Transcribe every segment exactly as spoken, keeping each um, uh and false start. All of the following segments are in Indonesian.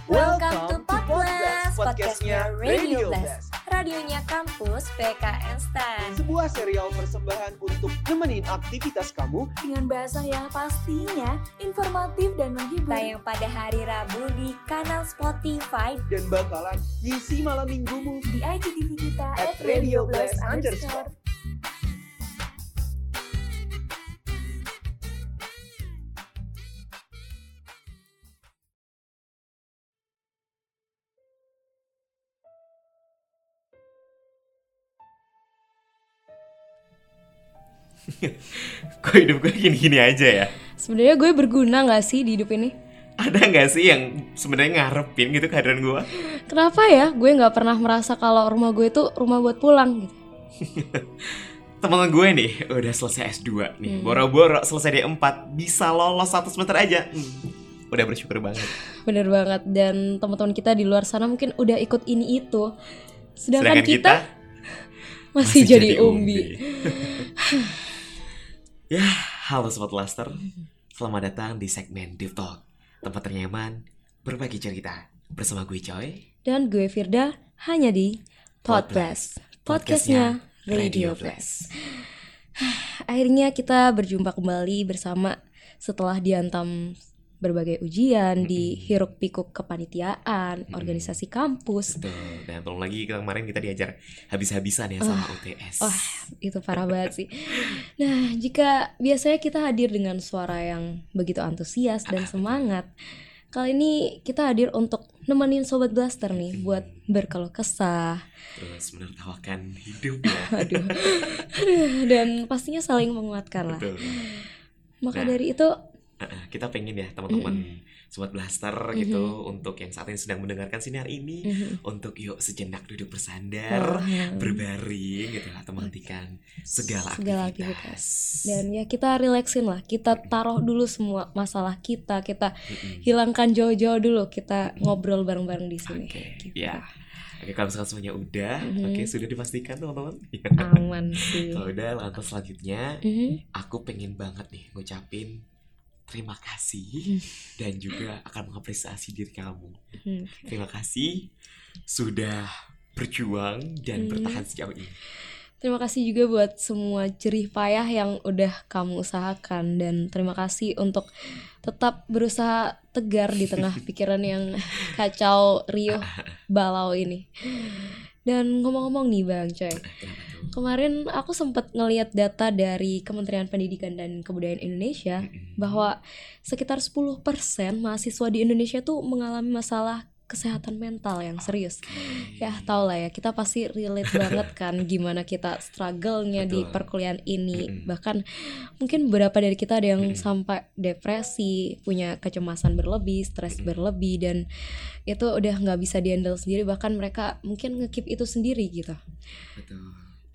Welcome to Podcast, podcastnya Radio Blast, radionya kampus P K N Stan. Sebuah serial persembahan untuk nemenin aktivitas kamu dengan bahasa yang pastinya informatif dan menghibur. Tayang pada hari Rabu di kanal Spotify dan bakalan ngisi malam minggumu di I G T V kita at Radio Blast underscore. Kok hidup gue gini-gini aja ya? Sebenarnya gue berguna nggak sih di hidup ini? Ada nggak sih yang sebenarnya ngarepin gitu kehadiran gue? Kenapa ya gue nggak pernah merasa kalau rumah gue itu rumah buat pulang gitu? Teman gue nih udah selesai S dua nih, hmm. boro-boro selesai D empat, bisa lolos satu semester aja. hmm. Udah bersyukur banget. Bener banget. Dan teman-teman kita di luar sana mungkin udah ikut ini itu. Sedangkan, Sedangkan kita, kita masih, masih jadi, jadi umbi, umbi. Ya, halo Sobat Blaster. Selamat datang di segmen Deep Talk, tempat ternyaman berbagi cerita bersama gue Coy dan gue Firda, hanya di Podcast, podcastnya Radio Blast. Akhirnya kita berjumpa kembali bersama setelah dihantam berbagai ujian, mm-hmm. di hiruk pikuk kepanitiaan, mm-hmm. organisasi kampus. Betul. Dan belum lagi kemarin kita diajar habis-habisan ya sama oh, U T S. Wah, oh, itu parah banget sih. Nah, jika biasanya kita hadir dengan suara yang begitu antusias dan semangat, kali ini kita hadir untuk nemenin Sobat Blaster nih, hmm. buat berkeluh kesah, terus menertawakan hidup ya. Aduh. Dan pastinya saling menguatkan lah. Betul. Maka nah. dari itu kita pengen ya teman-teman mm-hmm. Sobat Blaster gitu, mm-hmm. untuk yang saat ini sedang mendengarkan sinar ini, mm-hmm. untuk yuk sejenak duduk bersandar, oh, berbaring gitu atau menghentikan segala, segala aktivitas. aktivitas dan ya kita relaksin lah, kita taruh dulu semua masalah kita, kita mm-hmm. hilangkan jauh-jauh dulu, kita mm-hmm. ngobrol bareng-bareng di sini. Oke, okay. gitu. Ya. Oke, kalau misalkan semuanya udah, mm-hmm. oke, sudah dipastikan teman-teman. Aman sih. Kalau udah, lantas selanjutnya, mm-hmm. aku pengen banget nih ngucapin terima kasih dan juga akan mengapresiasi diri kamu. Terima kasih sudah berjuang dan bertahan sejauh ini. Terima kasih juga buat semua jerih payah yang udah kamu usahakan, dan terima kasih untuk tetap berusaha tegar di tengah pikiran yang kacau, riuh, balau ini. Dan ngomong-ngomong nih Bang Coy, kemarin aku sempat ngelihat data dari Kementerian Pendidikan dan Kebudayaan Indonesia bahwa sekitar sepuluh persen mahasiswa di Indonesia tuh mengalami masalah kesehatan mental yang serius. Ya tau lah ya, kita pasti relate banget kan gimana kita struggle-nya di perkuliahan ini. Bahkan mungkin beberapa dari kita ada yang sampai depresi, punya kecemasan berlebih, stres berlebih, dan itu udah gak bisa di-handle sendiri. Bahkan mereka mungkin nge-keep itu sendiri gitu. Betul.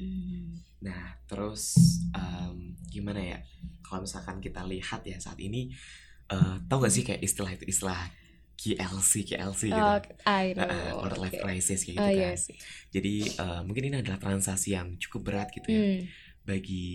Nah terus um, gimana ya, kalau misalkan kita lihat ya saat ini, uh, tau gak sih kayak istilah itu, istilah Q L C, Q L C gitu, oh, I know. uh, quarter life crisis kayak gitu oh, kan. Yes. Jadi uh, mungkin ini adalah transaksi yang cukup berat gitu ya, hmm. bagi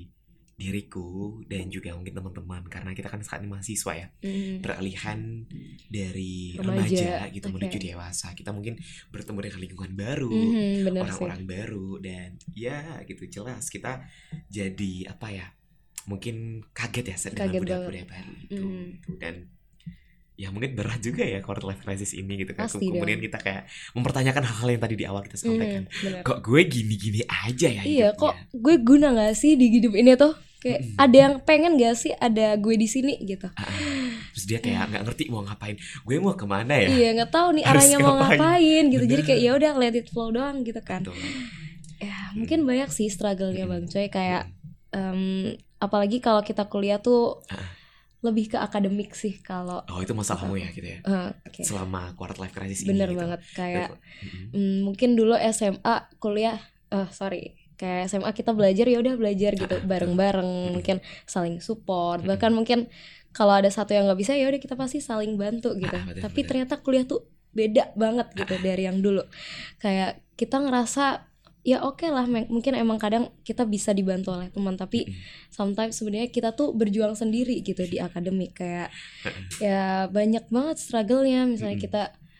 diriku dan juga mungkin teman-teman, karena kita kan saat ini mahasiswa ya, hmm. peralihan dari remaja, remaja gitu okay. menuju dewasa. Kita mungkin bertemu dengan lingkungan baru, hmm, orang-orang sih. baru, dan ya gitu jelas kita jadi apa ya, mungkin kaget ya dengan budaya-budaya baru itu, hmm. dan ya mungkin berat juga ya quarter life crisis ini gitu kan. Pasti kemudian dong. Kita kayak mempertanyakan hal-hal yang tadi di awal kita sampaikan. Mm, kok gue gini-gini aja ya iya, hidupnya. Kok gue guna gak sih di hidup ini tuh? Kayak mm. ada yang pengen gak sih ada gue di sini gitu. Uh, terus dia kayak nggak ngerti mau ngapain. Gue mau kemana ya? Iya, nggak tahu nih arahnya mau ngapain gitu. Bener. Jadi kayak ya udah let it flow doang gitu kan. Betul. Ya hmm. mungkin banyak sih struggle-nya Bang Coy, kayak um, apalagi kalau kita kuliah tuh. Uh. Lebih ke akademik sih kalau. Oh itu masalah kamu ya gitu ya. Uh, okay. Selama quarter life crisis ini. Bener gitu. banget kayak mm, mungkin dulu S M A kuliah, uh, sorry kayak S M A kita belajar ya udah belajar gitu bareng-bareng, mungkin saling support, bahkan mungkin kalau ada satu yang nggak bisa ya udah kita pasti saling bantu gitu. Ah, betul, Tapi betul. Ternyata kuliah tuh beda banget gitu dari yang dulu. Kayak kita ngerasa ya oke okay lah, mungkin emang kadang kita bisa dibantu oleh teman, tapi sometimes sebenarnya kita tuh berjuang sendiri gitu di akademik. Kayak ya banyak banget struggle-nya, misalnya kita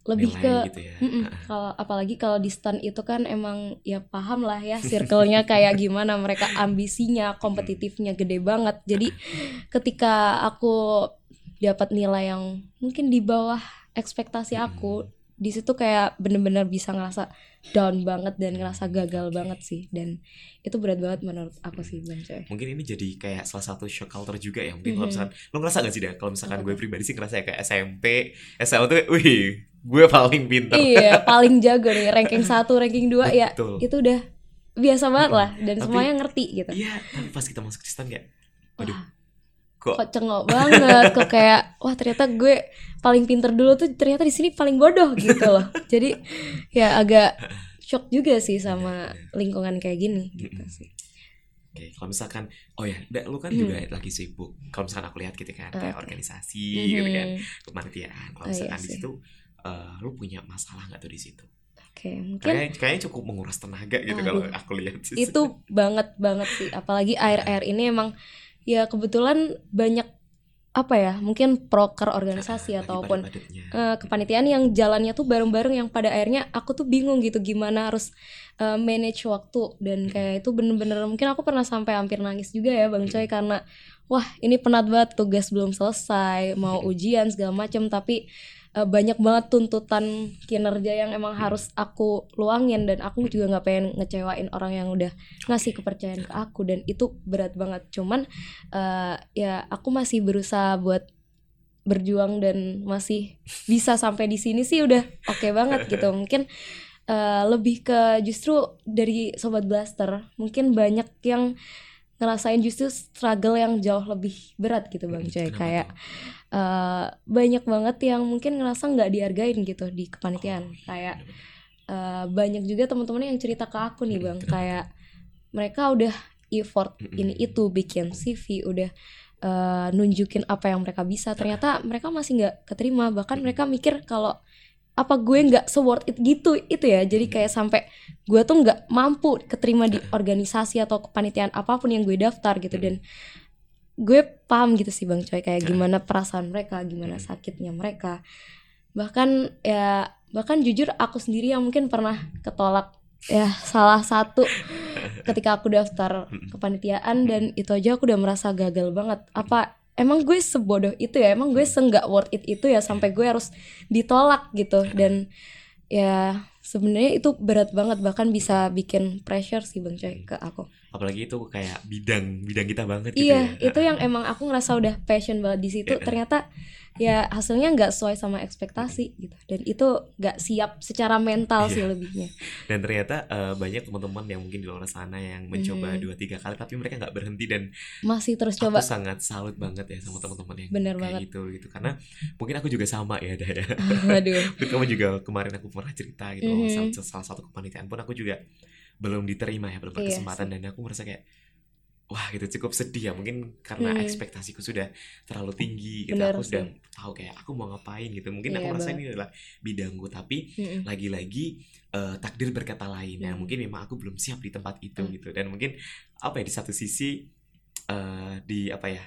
lebih nilai ke gitu ya. Kalau apalagi kalau di stan itu kan emang ya paham lah ya circle-nya kayak gimana, mereka ambisinya, kompetitifnya gede banget. Jadi ketika aku dapat nilai yang mungkin di bawah ekspektasi aku, di situ kayak bener-bener bisa ngerasa down banget dan ngerasa gagal okay. banget sih, dan itu berat banget menurut aku sih Bang Coy. Mungkin ini jadi kayak salah satu shock culture juga ya. Mungkin mm-hmm. kalau misalkan lo ngerasa gak sih dah, kalau misalkan okay. gue pribadi sih ngerasa kayak S M P, S M A tuh, wih, gue paling pintar. Iya, paling jago nih, ranking satu, ranking dua ya. Itu udah biasa banget lah dan tapi, semuanya ngerti gitu. Iya, tapi pas kita masuk di stan kayak, waduh. Kok, kok cengok banget, kok kayak wah ternyata gue paling pinter dulu tuh ternyata di sini paling bodoh gitu loh. Jadi ya agak shock juga sih sama lingkungan kayak gini gitu sih. Oke, kalau misalkan oh ya, lu kan hmm. juga lagi sibuk. Kalau misalkan aku lihat gitu kan kayak okay. organisasi hmm. gitu kan, kepanitiaan. Kalau misalkan oh, iya di situ uh, lu punya masalah nggak tuh di situ? Oke, mungkin kayaknya, kayaknya cukup menguras tenaga gitu kalau aku lihat sih. Itu banget banget sih, apalagi akhir-akhir ini emang ya kebetulan banyak apa ya mungkin proker organisasi nah, ataupun uh, kepanitiaan yang jalannya tuh bareng-bareng, yang pada akhirnya aku tuh bingung gitu gimana harus uh, manage waktu, dan kayak itu bener-bener mungkin aku pernah sampai hampir nangis juga ya Bang Coy, karena wah ini penat banget, tugas belum selesai, mau ujian segala macam, tapi uh, banyak banget tuntutan kinerja yang emang harus aku luangin, dan aku juga nggak pengen ngecewain orang yang udah ngasih kepercayaan ke aku, dan itu berat banget. Cuman uh, ya aku masih berusaha buat berjuang dan masih bisa sampai di sini sih udah oke okay banget gitu. Mungkin uh, lebih ke justru dari Sobat Blaster mungkin banyak yang ngerasain justru struggle yang jauh lebih berat gitu Bang Coy. Kayak uh, banyak banget yang mungkin ngerasa nggak dihargain gitu di kepanitiaan. Kayak uh, banyak juga teman-teman yang cerita ke aku nih Bang, kayak mereka udah effort ini itu, bikin C V, udah uh, nunjukin apa yang mereka bisa, ternyata mereka masih nggak keterima. Bahkan mereka mikir kalau apa gue nggak se-worth it gitu itu ya, jadi kayak sampai gue tuh nggak mampu keterima di organisasi atau kepanitiaan apapun yang gue daftar gitu. Dan gue paham gitu sih Bang Coy, kayak gimana perasaan mereka, gimana sakitnya mereka. Bahkan ya bahkan jujur aku sendiri yang mungkin pernah ketolak ya salah satu ketika aku daftar kepanitiaan, dan itu aja aku udah merasa gagal banget. Apa emang gue sebodoh itu ya, emang gue se-nggak worth it itu ya sampai gue harus ditolak gitu. Dan ya sebenarnya itu berat banget, bahkan bisa bikin pressure sih Bang Coy ke aku. Apalagi itu kayak bidang bidang kita banget gitu. Iya, ya. Itu yang emang aku ngerasa udah passion banget di situ, ternyata ya hasilnya nggak sesuai sama ekspektasi gitu, dan itu nggak siap secara mental sih lebihnya. Dan ternyata uh, banyak teman-teman yang mungkin di luar sana yang mencoba dua tiga kali tapi mereka nggak berhenti dan masih terus coba. Aku sangat salut banget ya sama teman-teman yang bener kayak banget. gitu gitu, karena mungkin aku juga sama ya Dah ya. Aduh. Kamu juga kemarin aku pernah cerita gitu, mm-hmm. salah, salah satu kepanitiaan pun aku juga belum diterima ya, belum berkesempatan, iya, dan aku merasa kayak wah gitu, cukup sedih ya, mungkin karena hmm. ekspektasiku sudah terlalu tinggi gitu. Bener aku sudah tahu kayak aku mau ngapain gitu, mungkin iya, aku merasa ini adalah bidangku, tapi hmm. lagi-lagi uh, takdir berkata lain ya, hmm. mungkin memang aku belum siap di tempat itu hmm. gitu. Dan mungkin apa ya, di satu sisi uh, di apa ya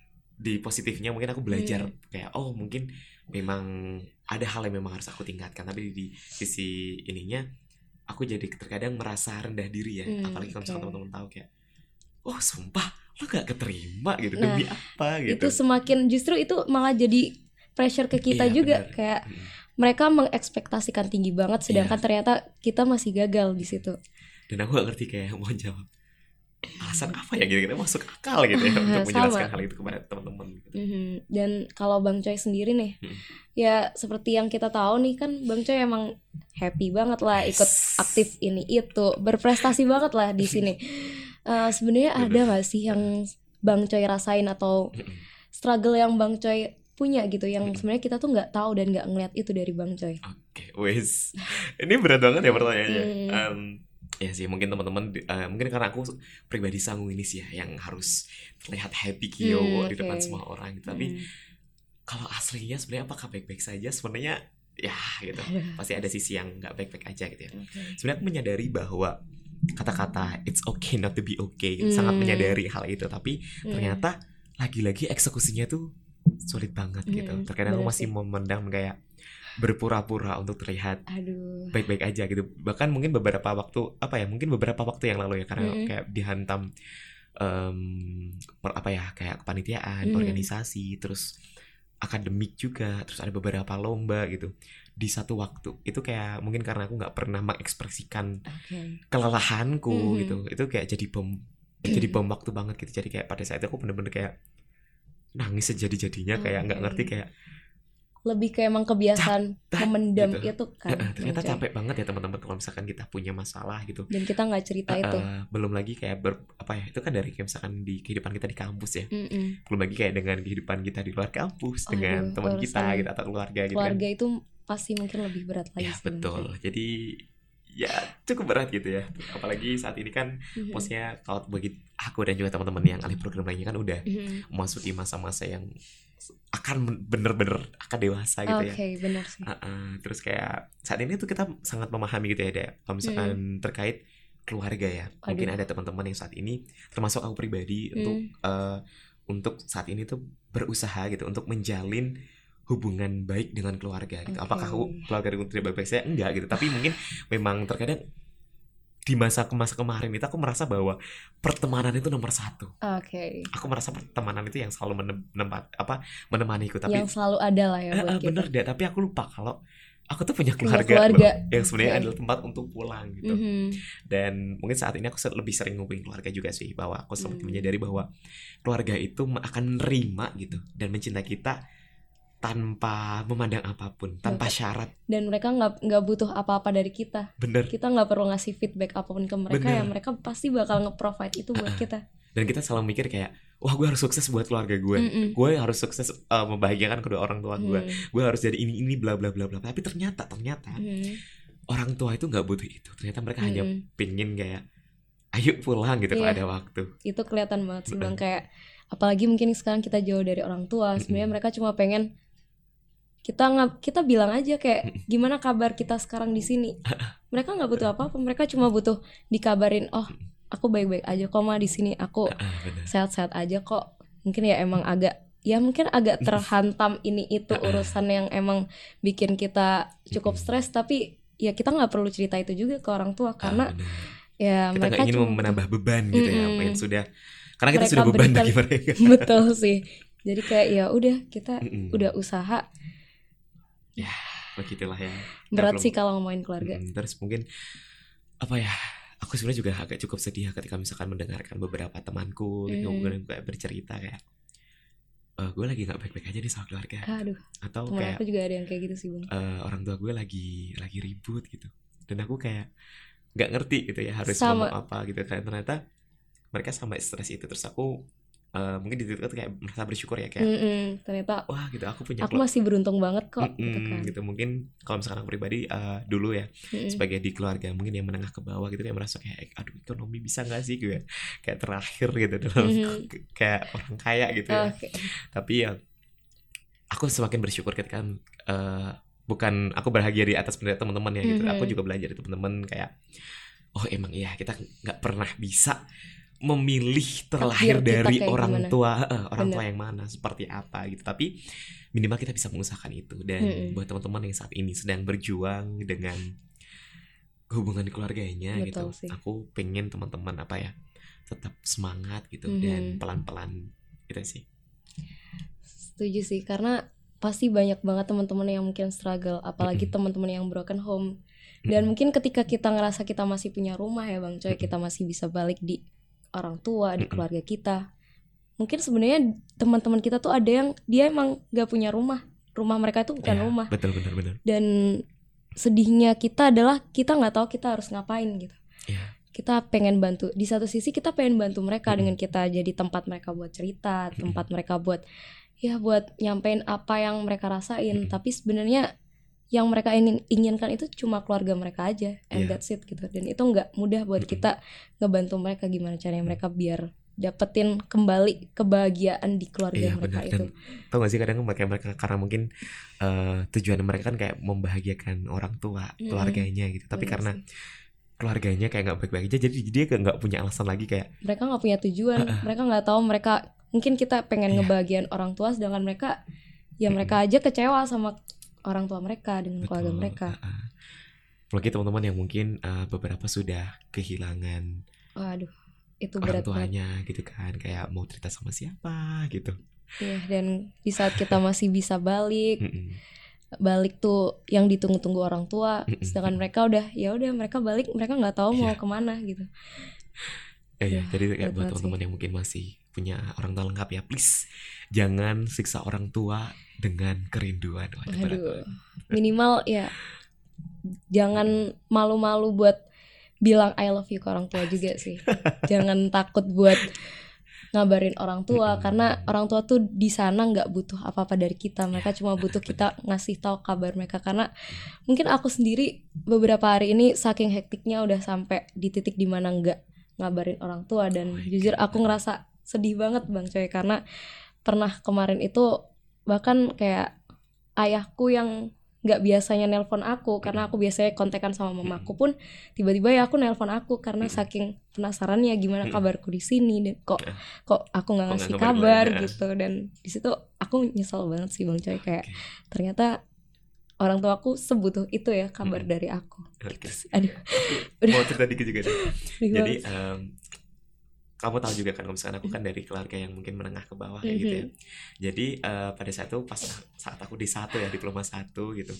di positifnya mungkin aku belajar hmm. kayak oh mungkin memang ada hal yang memang harus aku tingkatkan, tapi di sisi ininya aku jadi terkadang merasa rendah diri ya, hmm, apalagi kalau okay. teman-teman tahu kayak oh sumpah lo gak keterima gitu, nah, demi apa gitu. Itu semakin justru itu malah jadi pressure ke kita iya, juga bener. Kayak hmm. mereka mengekspektasikan tinggi banget, sedangkan iya. ternyata kita masih gagal di situ. Dan aku gak ngerti kayak mau jawab alasan apa ya gitu, kita masuk akal gitu ya untuk menjelaskan hal itu kepada teman-teman gitu. Mm-hmm. Dan kalau Bang Coy sendiri nih hmm. ya seperti yang kita tahu nih kan, Bang Coy emang happy banget lah ikut aktif ini itu, berprestasi banget lah di sini. Uh, sebenarnya ada nggak sih yang Bang Coy rasain atau struggle yang Bang Coy punya gitu, yang sebenarnya kita tuh nggak tahu dan nggak ngeliat itu dari Bang Coy? Oke, okay, wes, ini berat banget ya pertanyaannya. Hmm. Um, ya sih mungkin teman-teman uh, mungkin karena aku pribadi sanguinis ya, yang harus terlihat happy kio hmm, di okay. depan semua orang gitu. Tapi hmm. kalau aslinya sebenarnya apakah baik-baik saja? Sebenarnya ya gitu, pasti ada sisi yang nggak baik-baik aja gitu ya. Okay. Sebenarnya aku menyadari bahwa kata-kata it's okay not to be okay hmm. sangat menyadari hal itu, tapi hmm. ternyata lagi-lagi eksekusinya tuh sulit banget Mm-mm. gitu. Terkadang aku Bener masih sih. memendam kayak berpura-pura untuk terlihat Aduh. baik-baik aja gitu. Bahkan mungkin beberapa waktu apa ya, mungkin beberapa waktu yang lalu ya, karena Mm-mm. kayak dihantam em, per, apa ya kayak kepanitiaan, Mm-mm. organisasi, terus akademik juga, terus ada beberapa lomba gitu di satu waktu. Itu kayak mungkin karena aku nggak pernah mengekspresikan Oke. kelelahanku Mhm. gitu. Itu kayak jadi bom jadi bom waktu banget gitu. Jadi kayak pada saat itu aku bener-bener kayak nangis sejadi-jadinya, kayak nggak Oke. ngerti, kayak Lebih kayak emang kebiasaan capek memendam gitu. itu kan. "Eh, ternyata Bang Coy. capek banget ya teman-teman kalau misalkan kita punya masalah gitu." Dan kita nggak cerita Eh, itu. eh, belum lagi kayak ber, apa ya, itu kan dari kayak misalkan di kehidupan kita di kampus ya. Mm-mm. Belum lagi kayak dengan kehidupan kita di luar kampus, dengan Aduh, teman kita urusan gitu atau keluarga gitu kan. Keluarga itu pasti mungkin lebih berat lagi Ya sih, Bang betul. Coy. Jadi ya cukup berat gitu ya. Apalagi saat ini kan Mhm. maksudnya kalau bagi aku dan juga teman-teman yang ahli program lainnya kan udah Mhm. memasuki masa-masa yang akan bener-bener akan dewasa gitu Oke, ya. benar sih. Uh, uh, terus kayak saat ini tuh kita sangat memahami gitu ya, Dea, kalau misalkan terkait keluarga ya. Mungkin Aduh. ada teman-teman yang saat ini, termasuk aku pribadi, untuk Hmm. uh, untuk saat ini tuh berusaha gitu untuk menjalin hubungan baik dengan keluarga gitu. Oke. Apakah aku keluarga aku tidak baik-baik saya? Enggak gitu. Tapi mungkin memang terkadang di masa ke masa kemarin itu aku merasa bahwa pertemanan itu nomor satu. Oke. Aku merasa pertemanan itu yang selalu menem, menempat, apa menemaniku. Tapi Yang selalu ada lah ya Eh, buat eh, kita. bener deh, tapi aku lupa kalau aku tuh punya Punya keluarga, keluarga. loh, yang sebenarnya Oke. adalah tempat untuk pulang gitu. Mhm. Dan mungkin saat ini aku se- lebih sering ngubungin keluarga juga sih, bahwa aku selalu Hmm. menyadari bahwa keluarga itu akan menerima gitu dan mencintai kita tanpa memandang apapun, tanpa syarat. Dan mereka nggak nggak butuh apa-apa dari kita. Bener. Kita nggak perlu ngasih feedback apapun ke mereka. Bener. Ya mereka pasti bakal nge-provide itu buat kita. Dan kita selalu mikir kayak, wah gue harus sukses buat keluarga gue, Mm-mm. gue harus sukses uh, membahagiakan kedua orang tua gue, Hmm. gue harus jadi ini ini bla bla bla bla. Tapi ternyata ternyata Hmm. orang tua itu nggak butuh itu. Ternyata mereka hanya Mm-mm. pingin kayak, ayo pulang gitu kalau Iya. ada waktu. Itu kelihatan banget sih Bener. Bang, kayak apalagi mungkin sekarang kita jauh dari orang tua. Sebenarnya Mm-mm. mereka cuma pengen kita nggak kita bilang aja kayak Mm-mm. gimana kabar kita sekarang di sini. Mereka nggak butuh apa-apa. Mereka cuma butuh dikabarin, oh aku baik-baik aja kok Ma di sini. Aku Ah, bener. sehat-sehat aja kok. Mungkin ya emang agak ya mungkin agak terhantam ini itu urusan yang emang bikin kita cukup stres, tapi ya kita nggak perlu cerita itu juga ke orang tua Ah, karena bener. ya Kita mereka nggak ingin cuma menambah beban gitu ya, Mm-mm. yang sudah, karena kita Mereka sudah beban berikan- bagi mereka. betul sih. Jadi kayak ya udah kita Mm-mm. udah usaha. Begitulah ya. Berat Nah, sih belum- kalau ngomongin keluarga. Mm, terus mungkin apa ya? Aku sebenarnya juga agak cukup sedih ketika misalkan mendengarkan beberapa temanku gitu, Mm. mungkin kayak bercerita kayak, "Eh, gue lagi nggak baik-baik aja nih sama keluarga," Aduh, atau temen kayak aku juga ada yang kayak gitu sih Bang. eh, orang tua gue lagi lagi ribut gitu, dan aku kayak nggak ngerti gitu ya harus Sama. ngomong apa gitu kan. Ternyata mereka sampai stres itu. Terus aku eh, mungkin di titik itu kayak merasa bersyukur ya, kayak Mm-mm, ternyata wah gitu aku punya aku masih beruntung banget kok Mm-mm, gitu kan. gitu. Mungkin kalau misalkan aku pribadi eh, dulu ya, Mm-mm. sebagai di keluarga mungkin yang menengah ke bawah gitu, kayak merasa kayak aduh ekonomi bisa nggak sih gue kayak terakhir gitu dalam Mhm. kayak orang kaya gitu ya. Oke. Tapi ya aku semakin bersyukur ketika eh, bukan aku bahagia di atas penderitaan teman-teman ya gitu. Mhm. Aku juga belajar dari teman-teman kayak, oh emang iya kita nggak pernah bisa memilih terlahir Takdir kita dari kayak orang gimana. tua eh, orang tua Bener. yang mana, seperti apa gitu. Tapi minimal kita bisa mengusahakan itu. Dan Mm-mm. buat teman-teman yang saat ini sedang berjuang dengan hubungan keluarganya gitu, Betul sih. aku pengen teman-teman apa ya tetap semangat gitu. Mhm. Dan pelan-pelan gitu sih. Setuju sih, karena pasti banyak banget teman-teman yang mungkin struggle, apalagi Mm-mm. teman-teman yang broken home. Dan Mm-mm. mungkin ketika kita ngerasa kita masih punya rumah ya Bang Coy, Mm-mm. kita masih bisa balik di orang tua, di Mm-mm. keluarga kita. Mungkin sebenarnya teman-teman kita tuh ada yang dia emang gak punya rumah. Rumah mereka itu bukan Ya, rumah. betul benar benar. Dan sedihnya kita adalah kita nggak tahu kita harus ngapain gitu. Iya. Kita pengen bantu. Di satu sisi kita pengen bantu mereka Mm-mm. dengan kita jadi tempat mereka buat cerita, Mm-mm. tempat mereka buat ya buat nyampein apa yang mereka rasain. Mm-mm. Tapi sebenarnya yang mereka ingin inginkan itu cuma keluarga mereka aja, and Iya. that's it gitu. Dan itu nggak mudah buat Mm-mm. kita ngebantu mereka gimana caranya mereka biar dapetin kembali kebahagiaan di keluarga Iya mereka benar. itu. Dan tau gak sih kadang mereka mereka karena mungkin eh, tujuan mereka kan kayak membahagiakan orang tua, Mm-mm. keluarganya gitu. Tapi Bener karena sih. keluarganya kayak nggak baik-baik aja, jadi dia kayak nggak punya alasan lagi kayak Mereka nggak punya tujuan, Uh-uh. mereka nggak tahu mereka mungkin kita pengen Iya. ngebahagiain orang tua, sedangkan mereka ya mereka aja kecewa sama orang tua mereka dengan keluarga Betul. mereka. Uh-uh. Apalagi teman-teman yang mungkin uh, beberapa sudah kehilangan Waduh, itu orang berat banget. tuanya gitu kan, kayak mau cerita sama siapa gitu. Iya, dan di saat kita masih bisa balik, Mm-mm. balik tuh yang ditunggu-tunggu orang tua, Mm-mm. sedangkan mereka udah ya udah mereka balik, mereka nggak tahu mau Iya. kemana gitu. Ya, ya, Ya, jadi kayak berat buat banget teman-teman sih. yang mungkin masih punya orang tua lengkap ya, please jangan siksa orang tua dengan kerinduan. Wah, itu berat Aduh, banget. minimal ya jangan malu-malu buat bilang I love you ke orang tua juga sih. Jangan takut buat ngabarin orang tua, Mm-mm. karena orang tua tuh di sana nggak butuh apa-apa dari kita. Mereka Ya, cuma butuh kita ngasih tahu kabar mereka. Karena mungkin aku sendiri beberapa hari ini saking hektiknya udah sampai di titik dimana nggak ngabarin orang tua, dan Oh my jujur God. aku ngerasa sedih banget Bang Coy, karena pernah kemarin itu bahkan kayak ayahku yang nggak biasanya nelpon aku, karena aku biasanya kontekan sama mamaku pun tiba-tiba ya aku nelpon aku karena saking penasarannya gimana kabarku di sini, dan kok kok aku nggak Kok ngasih nggak ngabarin kabar lagi, ya? gitu. Dan di situ aku nyesel banget sih Bang Coy, kayak Oke. ternyata orang tua aku sebutuh itu ya kabar Mm. dari aku. Oke. Aduh, Mau cerita dikit juga deh. sedih Jadi banget. em, kamu tahu juga kan kalau misalkan aku kan dari keluarga yang mungkin menengah ke bawah kayak gitu ya. Jadi eh, pada saat itu pas saat aku di satu ya, diploma satu gitu,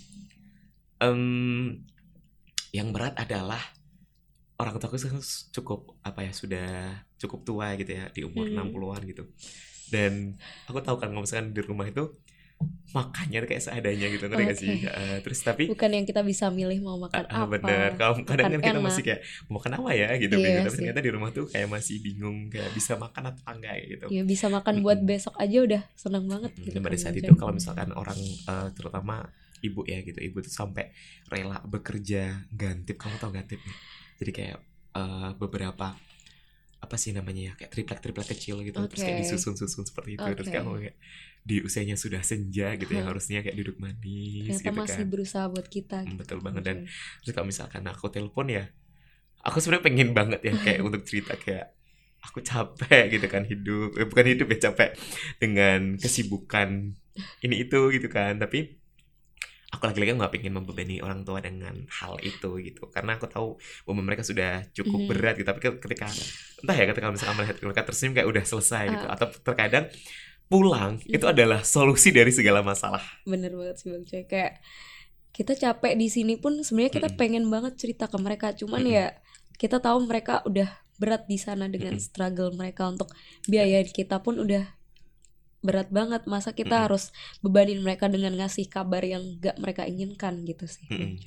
em, yang berat adalah orang tua aku sekarang cukup apa ya, sudah cukup tua gitu ya, di umur Hmm. enam puluhan gitu. Dan aku tahu kan kalau misalkan di rumah itu makannya tuh kayak seadanya gitu, ngerti gak sih? Oke. Eh, terus tapi Bukan yang kita bisa milih mau makan Ah, ah, apa. bener. Kalau kadang kan makan kita enak. masih kayak mau makan apa ya gitu, Iya gitu. Tapi sih. ternyata di rumah tuh kayak masih bingung kayak bisa makan atau enggak gitu. Ya bisa makan buat Mm-mm. besok aja udah senang banget Mm, gitu. Dan pada kan, saat Bang itu Coy. kalau misalkan orang eh, terutama ibu ya gitu, ibu tuh sampai rela bekerja gantip. Kamu tau gantip nih? Jadi kayak eh, beberapa apa sih namanya ya, kayak triplek-triplek kecil gitu, terus kayak Oke. disusun-susun seperti itu. Terus Oke. kayak kamu kayak di usianya sudah senja gitu ya, Hah. harusnya kayak duduk manis Ternyata gitu masih kan. berusaha buat kita Hmm, gitu. betul kan, banget. Bang Dan Coy. terus kalau misalkan aku telepon ya, aku sebenarnya pengen banget ya kayak untuk cerita kayak aku capek gitu kan hidup, eh, bukan hidup ya, capek dengan kesibukan ini itu gitu kan. Tapi aku lagi-lagi nggak pengen membebani orang tua dengan hal itu gitu, karena aku tahu bahwa mereka sudah cukup Mhm. berat gitu. Tapi ketika entah ya, ketika misalkan melihat mereka tersenyum kayak udah selesai gitu, Ah. atau terkadang pulang itu Mhm. adalah solusi dari segala masalah. Bener banget sih Bang Coy, kayak kita capek di sini pun sebenarnya kita Mm-mm. pengen banget cerita ke mereka, cuman Mm-mm. ya kita tahu mereka udah berat di sana dengan Mm-mm. struggle mereka untuk biaya kita pun udah berat banget. Masa kita Mm-mm. harus bebanin mereka dengan ngasih kabar yang gak mereka inginkan gitu sih. Mm-mm.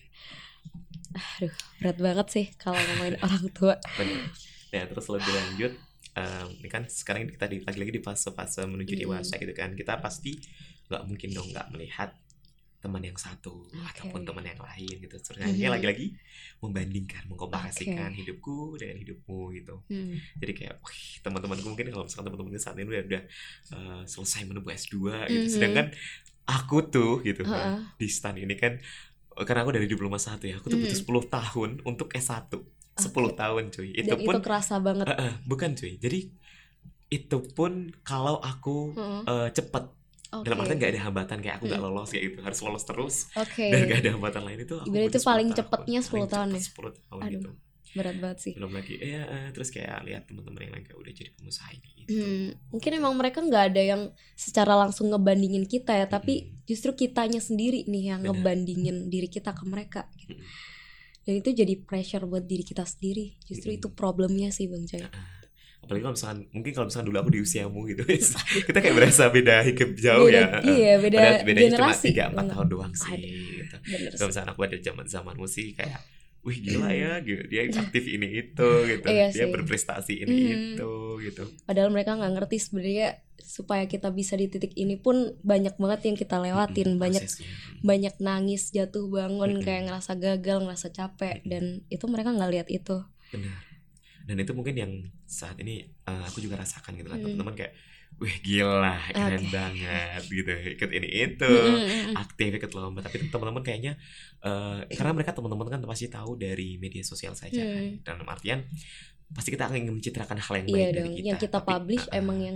Aduh, berat banget sih kalau ngomongin orang tua. Bener. Nah terus lebih lanjut, em, ini kan sekarang kita di, lagi-lagi di fase-fase menuju Mm. dewasa gitu kan. Kita pasti nggak mungkin dong nggak melihat teman yang satu ataupun teman yang lain gitu. Sebenarnya Mhm. lagi-lagi membandingkan, mengkomparasikan hidupku dengan hidupmu gitu. Hmm. Jadi kayak, wih, teman-temanku mungkin kalau misalkan teman-temanku saat ini udah udah eh, selesai menempuh S dua gitu. Mhm. Sedangkan aku tuh gitu kan, Ha-ha. di stan ini kan, karena aku dari diploma satu ya, aku tuh butuh Mhm. sepuluh tahun untuk S satu. sepuluh tahun cuy. Itu Dan pun itu kerasa banget. Eh, eh, bukan cuy. Jadi itu pun kalau aku Heeh. eh, cepet. Oke. Dalam artian gak ada hambatan, kayak aku gak Hmm. lolos kayak gitu, harus lolos terus. Oke. Dan gak ada hambatan lain itu aku Ibarat butuh itu paling sepuluh tahun. cepetnya sepuluh Paling tahun cepet ya? sepuluh tahun Aduh. gitu. Berat banget sih. Belum lagi ya eh, terus kayak lihat teman-teman yang lain kayak udah jadi pengusaha ini gitu. Hmm, mungkin emang mereka nggak ada yang secara langsung ngebandingin kita ya, tapi Mm-mm. justru kitanya sendiri nih yang Benar. ngebandingin diri kita ke mereka gitu. Mm-mm. Dan itu jadi pressure buat diri kita sendiri. Justru Mm-mm. itu problemnya sih Bang Coy. Apalagi kalau misalkan, mungkin kalau misalkan dulu aku di usiamu gitu, kita kayak berasa beda hidup jauh Beda- ya. iya, beda Padahal bedanya cuma generasi. tiga empat Bener. tahun doang sih Aduh. gitu. Bener Kalau sih. misalkan aku ada zaman zamanmu sih kayak, wih gila ya, gitu. Dia aktif ini itu gitu, Iya dia sih. berprestasi ini Hmm. itu gitu. Padahal mereka nggak ngerti sebenarnya supaya kita bisa di titik ini pun banyak banget yang kita lewatin, Mm-mm, banyak prosesnya. banyak nangis, jatuh bangun, Mm-mm. kayak ngerasa gagal, ngerasa capek, dan itu mereka nggak lihat itu. Benar. Dan itu mungkin yang saat ini uh, aku juga rasakan gitu kan, Hmm. teman-teman kayak, wih gila, keren Oke. banget gitu, ikut ini itu, Mm-mm. aktif ikut lomba. Tapi teman-teman kayaknya, uh, karena mereka teman-teman kan pasti tahu dari media sosial saja kan. Hmm. Dalam artian pasti kita akan ingin mencitrakan hal yang Iya baik dong, dari kita. yang kita Tapi, publish uh-uh, emang yang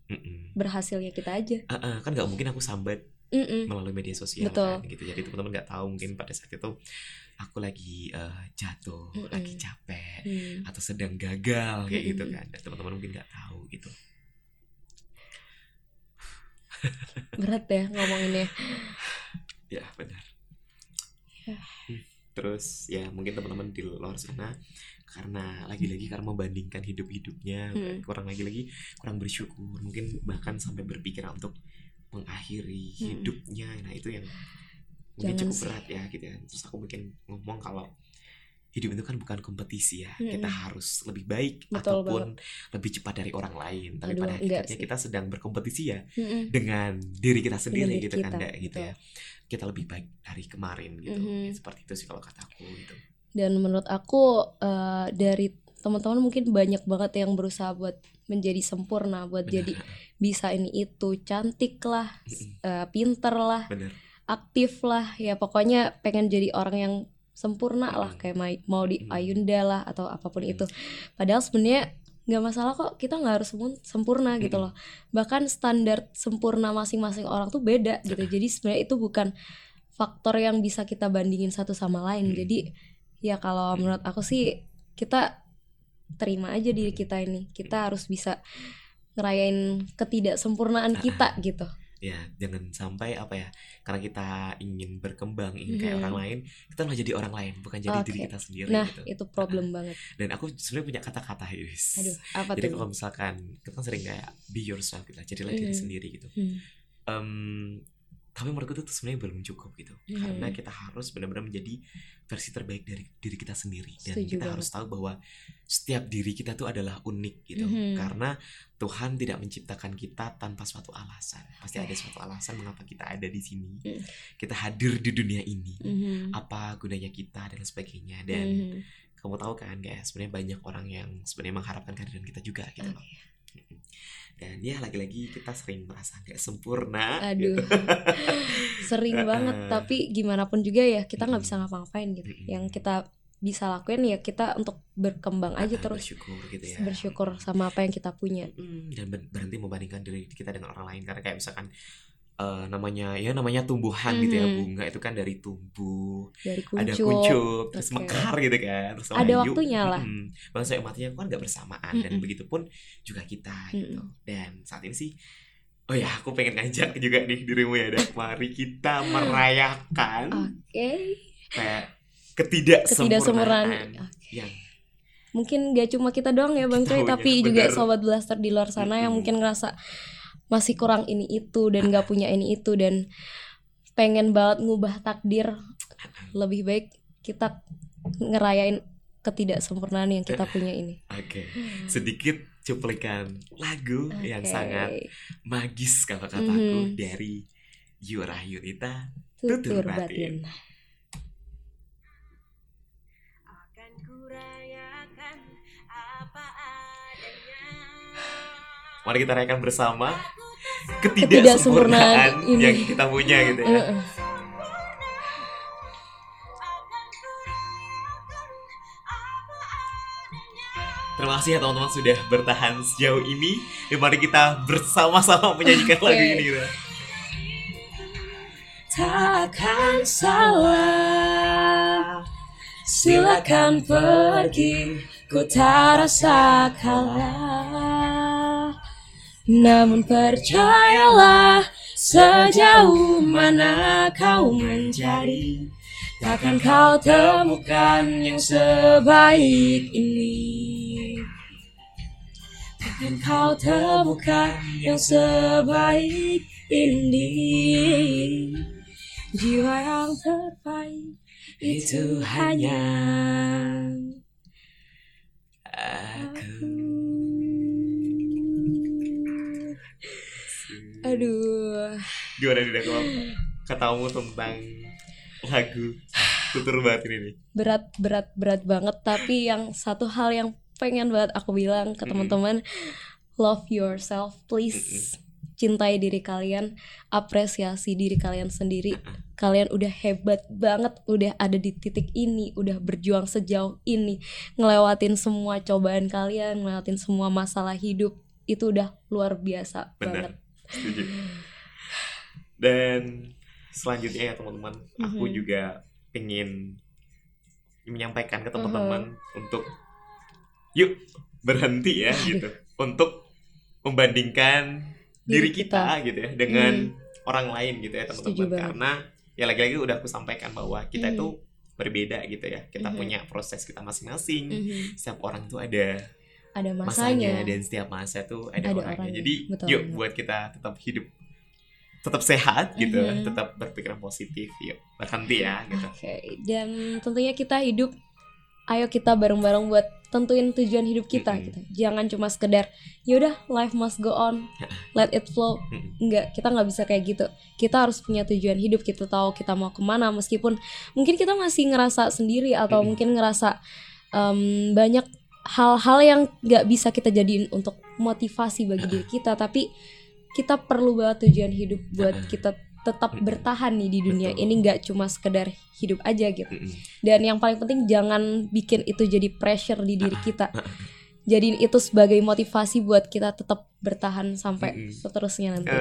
Mm-mm. berhasilnya kita aja. Uh-uh, kan nggak mungkin aku sambat Mm-mm. melalui media sosial. Betul. Kan gitu. Jadi teman-teman nggak tahu mungkin pada saat itu aku lagi uh, jatuh, Mm-mm. lagi capek, Mm. atau sedang gagal kayak gitu Mm-mm. kan. Dan teman-teman mungkin nggak tahu gitu. Berat ya ngomonginnya. Ya benar. Ya. Hmm. Terus ya mungkin teman-teman di luar sana karena lagi-lagi karena membandingkan hidup-hidupnya, Hmm. kurang lagi-lagi kurang bersyukur, mungkin bahkan sampai berpikir untuk mengakhiri Hmm. hidupnya. Nah itu yang mungkin Jangan cukup sih. berat ya gitu ya. Terus aku mungkin ngomong kalau hidup itu kan bukan kompetisi ya. Hmm. Kita harus lebih baik Betul ataupun lebih cepat dari orang lain. Tapi Aduh, pada enggak hakikatnya sih. kita sedang berkompetisi ya Mm-mm. dengan diri kita sendiri diri gitu kan, kita, Nda, gitu betul. ya. Kita lebih baik dari kemarin gitu. Mhm. Seperti itu sih kalau kataku gitu. Dan menurut aku uh, dari teman-teman mungkin banyak banget yang berusaha buat menjadi sempurna, buat Benar. jadi bisa ini itu, cantik lah, Mm-mm. uh, pinter lah, Benar. aktif lah, ya pokoknya pengen jadi orang yang sempurna lah, Mm. kayak ma- mau di Mm. Ayunda lah atau apapun Mm. itu. Padahal sebenarnya nggak masalah kok, kita nggak harus sem- sempurna gitu Mm. loh. Bahkan standar sempurna masing-masing orang tuh beda gitu. Jadi sebenarnya itu bukan faktor yang bisa kita bandingin satu sama lain. Mm. Jadi ya kalau menurut aku sih kita terima aja diri kita ini. Kita harus bisa ngerayain ketidaksempurnaan kita gitu. Ya jangan sampai apa ya, karena kita ingin berkembang, ingin kayak Mhm. orang lain, kita malah jadi orang lain, bukan jadi Oke. diri kita sendiri Nah gitu. itu problem banget. Dan aku sebenarnya punya kata-kata Iris. Aduh, apa Jadi tuh? kalau misalkan kita kan sering kayak be yourself gitu, jadilah diri Mm. sendiri gitu. Hmm. Em, tapi menurutku itu tuh sebenarnya belum cukup gitu, Mhm. karena kita harus benar-benar menjadi versi terbaik dari diri kita sendiri. Dan Setuju kita banget. harus tahu bahwa setiap diri kita tuh adalah unik gitu, Mhm. karena Tuhan tidak menciptakan kita tanpa suatu alasan. Pasti Oke. ada suatu alasan mengapa kita ada di sini, Mm. kita hadir di dunia ini, Mhm. apa gunanya kita dan sebagainya. Dan Mhm. kamu tahu kan kayak sebenarnya banyak orang yang sebenarnya mengharapkan kehadiran kita juga gitu loh. Dan ya lagi-lagi kita sering merasa nggak sempurna. Aduh, gitu. sering banget. Uh-uh. Tapi gimana pun juga ya kita nggak Mm-mm. bisa ngapa-ngapain gitu. Mm-mm. Yang kita bisa lakuin ya kita untuk berkembang aja Ah, terus, bersyukur gitu ya. bersyukur sama apa yang kita punya. Mm, dan ber- berhenti membandingkan diri kita dengan orang lain, karena kayak misalkan eh, namanya ya namanya tumbuhan gitu ya, Mhm. bunga itu kan dari tumbuh, Dari ada kuncup, kuncup, terus Oke. mekar gitu kan, terus Ada layu. waktunya lah. Mm-mm. Bahkan saya matinya kan nggak bersamaan, dan Mm-mm. begitu pun juga kita gitu. Mm-mm. Dan saat ini sih, oh ya aku pengen ngajak juga nih dirimu ya, Dan. Mari kita merayakan Oke. kayak ketidaksempurnaan Ketidaksempurnaan. Oke. yang Mungkin gak cuma kita doang ya Bang Coy, Taunya, tapi juga bener. sobat blaster di luar sana yang Mm-mm. mungkin ngerasa masih kurang ini itu dan gak punya ini itu dan pengen banget ngubah takdir. Lebih baik kita ngerayain ketidaksempurnaan yang kita punya ini. Oke, sedikit cuplikan lagu yang Oke. sangat magis kalau kataku Mhm. dari Yura Yunita, Tutur Tutur batin. Batin. Akan kurayakan apa adanya. Mari kita rayakan bersama Ketidaksempurnaan ketidaksempurnaan ini. yang kita punya gitu ya. Heeh. Terima kasih ya teman-teman sudah bertahan sejauh ini. Dan mari kita bersama-sama menyanyikan Oke. lagu ini gitu. Takkan salah, silakan pergi, ku tak rasa kalah. Namun percayalah, sejauh mana kau mencari, takkan kau temukan yang sebaik ini. Takkan kau temukan yang sebaik ini. Jiwa yang terbaik itu hanya Aku. Aduh. Gimana nih kalau katamu tentang lagu Tutur Batin ini? Berat, berat, berat banget. Tapi yang satu hal yang pengen banget aku bilang ke teman-teman, love yourself please. Cintai diri kalian, apresiasi diri kalian sendiri. Kalian udah hebat banget, udah ada di titik ini, udah berjuang sejauh ini, ngelewatin semua cobaan kalian, ngelewatin semua masalah hidup. itu udah luar biasa. Benar. banget. Setuju. Dan selanjutnya ya teman-teman, mm-hmm. aku juga pengen menyampaikan ke teman-teman uh-huh. untuk yuk berhenti ya gitu untuk membandingkan diri, diri kita, kita gitu ya dengan hmm. orang lain gitu ya teman-teman, karena ya lagi-lagi udah aku sampaikan bahwa kita hmm. itu berbeda gitu ya, kita hmm. punya proses kita masing-masing, hmm. setiap orang tuh ada ada masanya, masanya dan setiap masa tuh ada, ada orangnya. orangnya. Jadi betul, yuk betul. buat kita tetap hidup, tetap sehat gitu, mm-hmm. tetap berpikiran positif, yuk berhenti ya gitu. Oke, okay. Dan tentunya kita hidup, ayo kita bareng-bareng buat tentuin tujuan hidup kita mm-hmm. gitu. Jangan cuma sekedar yaudah life must go on, let it flow. Mm-hmm. Enggak, kita nggak bisa kayak gitu. Kita harus punya tujuan hidup, kita tahu kita mau kemana, meskipun mungkin kita masih ngerasa sendiri atau mm-hmm. mungkin ngerasa um, banyak hal-hal yang nggak bisa kita jadiin untuk motivasi bagi diri kita, tapi kita perlu banget tujuan hidup buat kita tetap bertahan nih di dunia. Betul. Ini nggak cuma sekedar hidup aja gitu. Dan yang paling penting jangan bikin itu jadi pressure di diri kita. Jadiin itu sebagai motivasi buat kita tetap bertahan sampai mm-hmm. seterusnya nanti.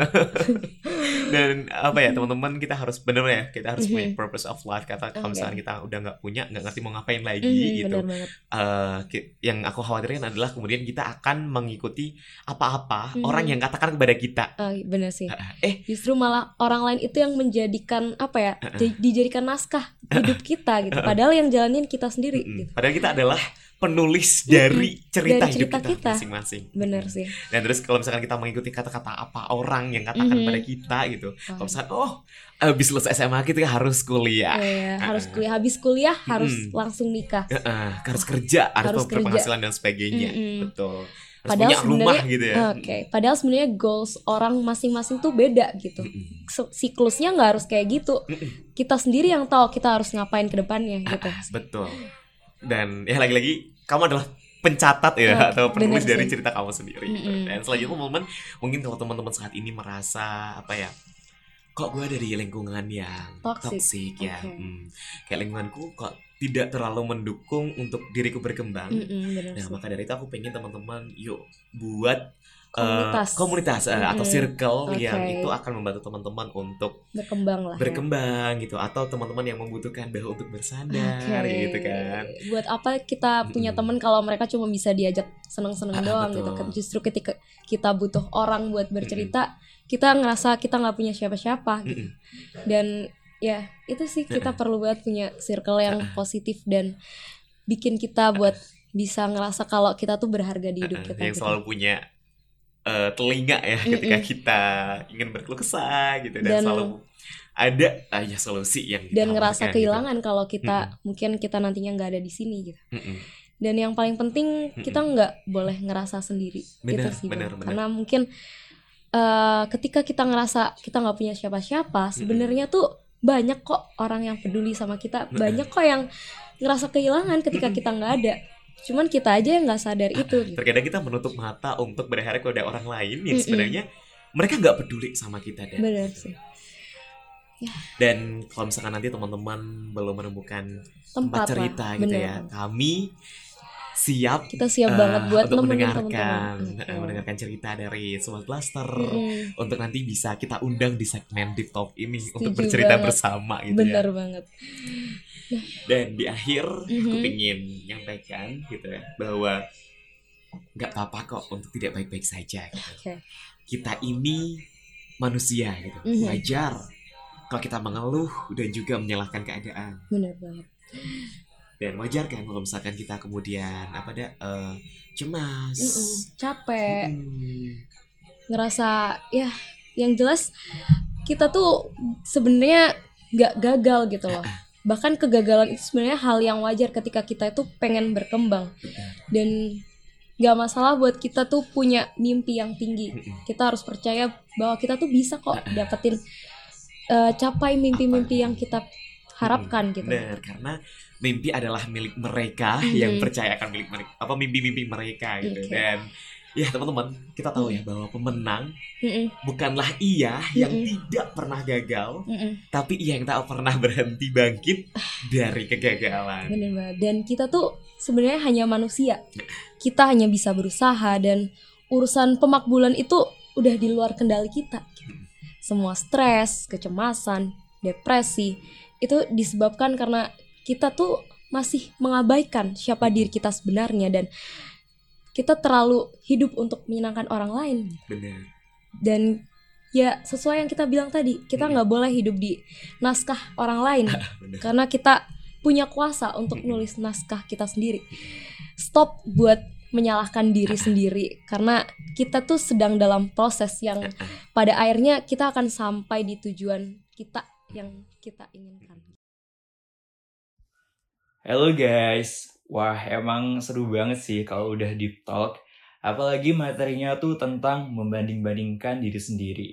Dan apa ya teman-teman, kita harus bener ya, kita harus mm-hmm. punya purpose of life. Kata kalau misalnya kita udah nggak punya, nggak ngerti mau ngapain lagi mm-hmm, gitu. Uh, yang aku khawatirkan adalah kemudian kita akan mengikuti apa-apa mm-hmm. orang yang katakan kepada kita. Uh, bener sih. Uh, eh justru malah orang lain itu yang menjadikan apa ya, uh, uh. dijadikan naskah hidup kita gitu. Padahal yang jalanin kita sendiri. Mm-hmm. Gitu. Padahal kita adalah penulis dari cerita, dari hidup cerita kita, kita masing-masing. Bener sih. Dan terus kalau misalkan kita mengikuti kata-kata apa orang yang katakan mm-hmm. pada kita gitu, oh. kalau misalkan oh habis lulus S M A kita harus kuliah, oh, iya. uh, harus kuliah, habis kuliah mm-hmm. harus langsung nikah, uh, uh, harus kerja, harus, harus berpenghasilan dan sebagainya, mm-hmm. betul. Harus padahal punya rumah gitu ya. Oke, okay. Padahal sebenarnya goals orang masing-masing tuh beda gitu. Mm-hmm. Siklusnya nggak harus kayak gitu. Mm-hmm. Kita sendiri yang tahu kita harus ngapain ke depannya gitu. Uh, betul. Dan ya lagi-lagi kamu adalah pencatat ya oh, atau penulis dari cerita kamu sendiri gitu. Mm-hmm. Dan selanjutnya teman-teman, mungkin kalau teman-teman saat ini merasa apa ya, kok gue ada di lingkungan yang toxic, toxic ya, okay. hmm, kayak lingkunganku kok tidak terlalu mendukung untuk diriku berkembang. Mm-hmm, nah maka dari itu aku pengen teman-teman yuk buat komunitas, uh, komunitas uh, mm-hmm. atau circle okay. yang itu akan membantu teman-teman untuk berkembang lah, berkembang ya. Gitu, atau teman-teman yang membutuhkan bahu untuk bersandar, okay. gitu kan. Buat apa kita punya mm-hmm. teman kalau mereka cuma bisa diajak seneng-seneng ah, doang betul. Gitu. Justru ketika kita butuh orang buat bercerita, mm-hmm. kita ngerasa kita nggak punya siapa-siapa gitu. Mm-hmm. Dan ya itu sih kita perlu banget punya circle yang positif dan bikin kita buat bisa ngerasa kalau kita tuh berharga di hidup kita. Yang gitu. Selalu punya Uh, telinga ya ketika Mm-mm. kita ingin berkeluh kesah gitu, dan, dan selalu ada aja solusi yang dan ngerasa kehilangan gitu. Kalau kita Mm-mm. mungkin kita nantinya nggak ada di sini gitu. Mm-mm. Dan yang paling penting kita nggak boleh ngerasa sendiri. Bener, gitu sih bener, bener. Karena mungkin uh, ketika kita ngerasa kita nggak punya siapa-siapa, sebenarnya tuh banyak kok orang yang peduli sama kita, Mm-mm. banyak kok yang ngerasa kehilangan ketika Mm-mm. kita nggak ada. Cuman kita aja yang nggak sadar itu. Gitu. Terkadang kita menutup mata untuk berharap kepada orang lain yang sebenarnya Mm-mm. mereka nggak peduli sama kita. Dan benar sih. Ya. Dan kalau misalkan nanti teman-teman belum menemukan tempat, tempat cerita lah. Gitu bener. Ya, kami siap. Kita siap uh, banget buat untuk mendengarkan, teman-teman. Uh, mendengarkan cerita dari Sobat Blaster mm. untuk nanti bisa kita undang di segmen Deep Talk ini. Setuju untuk bercerita banget. Bersama gitu. Bener ya. banget. Dan di akhir mm-hmm. aku pengen menyampaikan gitu ya, bahwa nggak apa-apa kok untuk tidak baik-baik saja gitu. Okay. Kita ini manusia gitu, mm-hmm. wajar kalau kita mengeluh dan juga menyalahkan keadaan. Benar banget. Dan wajar kan kalau misalkan kita kemudian apa dah uh, cemas, Mm-mm. capek, mm. ngerasa ya yang jelas kita tuh sebenarnya nggak gagal gitu loh. Bahkan kegagalan itu sebenarnya hal yang wajar ketika kita itu pengen berkembang. Dan gak masalah buat kita tuh punya mimpi yang tinggi. Kita harus percaya bahwa kita tuh bisa kok dapetin uh, capai mimpi-mimpi yang kita harapkan gitu. Benar, karena mimpi adalah milik mereka mm-hmm. yang percaya akan milik mereka, apa mimpi-mimpi mereka gitu. Okay. Dan ya teman-teman, kita tahu ya bahwa pemenang Mm-mm. bukanlah ia yang Mm-mm. tidak pernah gagal, Mm-mm. tapi ia yang tak pernah berhenti bangkit dari kegagalan. Benar banget. Dan kita tuh sebenarnya hanya manusia. Kita hanya bisa berusaha dan urusan pemakbulan itu udah di luar kendali kita. Semua stres, kecemasan, depresi itu disebabkan karena kita tuh masih mengabaikan siapa diri kita sebenarnya, dan kita terlalu hidup untuk menyenangkan orang lain. Benar. Dan ya sesuai yang kita bilang tadi, kita nggak hmm. boleh hidup di naskah orang lain karena kita punya kuasa untuk nulis naskah kita sendiri. Stop buat menyalahkan diri sendiri, karena kita tuh sedang dalam proses yang pada akhirnya kita akan sampai di tujuan kita yang kita inginkan. Halo guys, wah emang seru banget sih kalau udah deep talk, apalagi materinya tuh tentang membanding-bandingkan diri sendiri.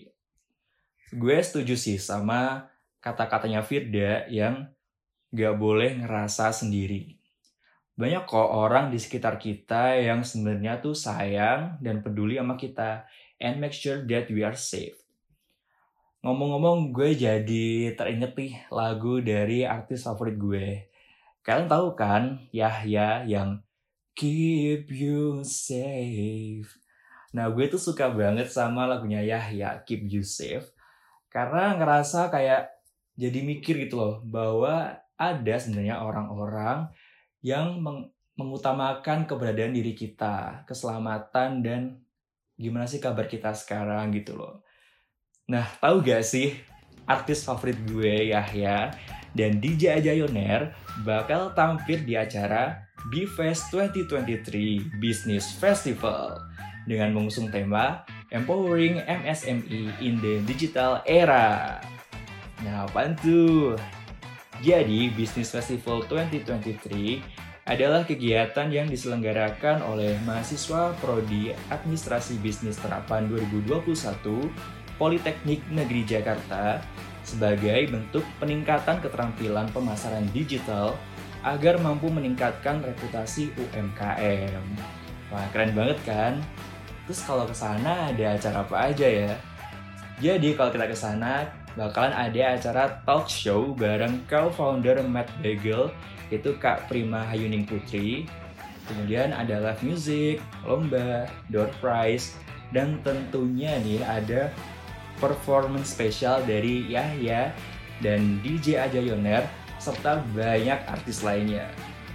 Gue setuju sih sama kata-katanya Firda yang gak boleh ngerasa sendiri. Banyak kok orang di sekitar kita yang sebenarnya tuh sayang dan peduli sama kita, and make sure that we are safe. Ngomong-ngomong, gue jadi teringet nih lagu dari artis favorit gue. Kalian tahu kan, Yahya yang Keep You Safe. Nah, gue tuh suka banget sama lagunya Yahya, Keep You Safe. Karena ngerasa kayak jadi mikir gitu loh, bahwa ada sebenarnya orang-orang yang meng- mengutamakan keberadaan diri kita, keselamatan, dan gimana sih kabar kita sekarang gitu loh. Nah, tahu gak sih artis favorit gue Yahya dan D J Ajayoner bakal tampil di acara B-Fest dua ribu dua puluh tiga Business Festival dengan mengusung tema Empowering M S M E in the Digital Era. Nah, apaan tuh? Jadi, Business Festival dua ribu dua puluh tiga adalah kegiatan yang diselenggarakan oleh mahasiswa Prodi Administrasi Bisnis Terapan dua ribu dua puluh satu Politeknik Negeri Jakarta sebagai bentuk peningkatan keterampilan pemasaran digital agar mampu meningkatkan reputasi U M K M. Wah, keren banget kan? Terus kalau ke sana ada acara apa aja ya? Jadi kalau kita ke sana bakalan ada acara talk show bareng co-founder Mad Bagel, itu Kak Prima Hayuning Putri. Kemudian ada live music, lomba, door prize, dan tentunya nih ada performance spesial dari Yahya dan D J Ajayoner serta banyak artis lainnya.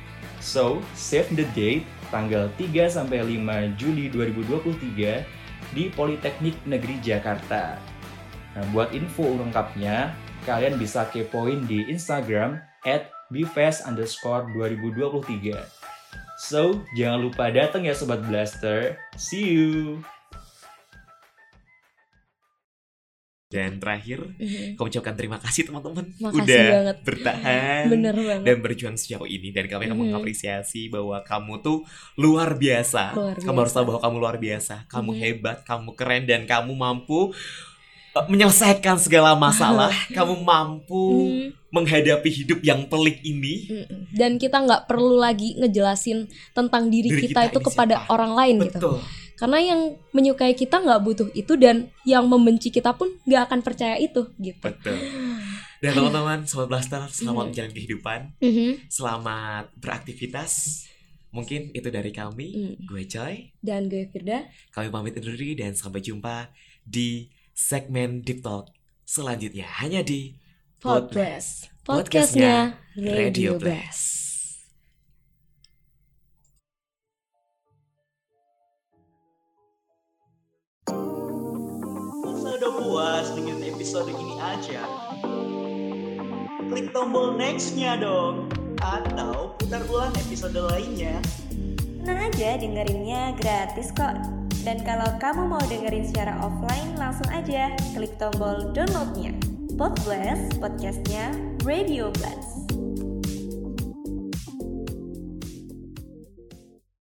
So, save the date tanggal tiga sampai lima Juli dua ribu dua puluh tiga di Politeknik Negeri Jakarta. Nah, buat info lengkapnya, kalian bisa kepoin di Instagram at bfest underscore dua ribu dua puluh tiga. So, jangan lupa datang ya Sobat Blaster. See you! Dan terakhir, mm-hmm. kami ucapkan terima kasih teman-teman. Makasih udah banget. bertahan Bener banget. dan berjuang sejauh ini. Dan kami akan mm-hmm. mengapresiasi bahwa kamu tuh luar biasa. luar biasa. Kamu harus tahu bahwa kamu luar biasa. Kamu mm-hmm. hebat, kamu keren, dan kamu mampu uh, menyelesaikan segala masalah. Kamu mampu mm-hmm. menghadapi hidup yang pelik ini. Mm-hmm. Dan kita nggak perlu lagi ngejelasin tentang diri, diri kita, kita itu kepada siapa? Orang lain. Betul. Gitu. Karena yang menyukai kita nggak butuh itu, dan yang membenci kita pun nggak akan percaya itu, gitu. Betul. Dan teman-teman, Sobat Blaster, selamat menjalani kehidupan, mm-hmm. selamat beraktivitas. Mungkin itu dari kami, mm. gue Joy dan gue Firda. Kami pamit undur diri dan sampai jumpa di segmen Deep Talk selanjutnya hanya di Podblast, podcastnya Radio Blast. Udah puas dengan episode ini aja? Klik tombol next-nya dong, atau putar ulang episode lainnya. Tenang aja, dengerinnya gratis kok. Dan kalau kamu mau dengerin secara offline, langsung aja klik tombol download-nya. Podblast, podcastnya Radio Blast.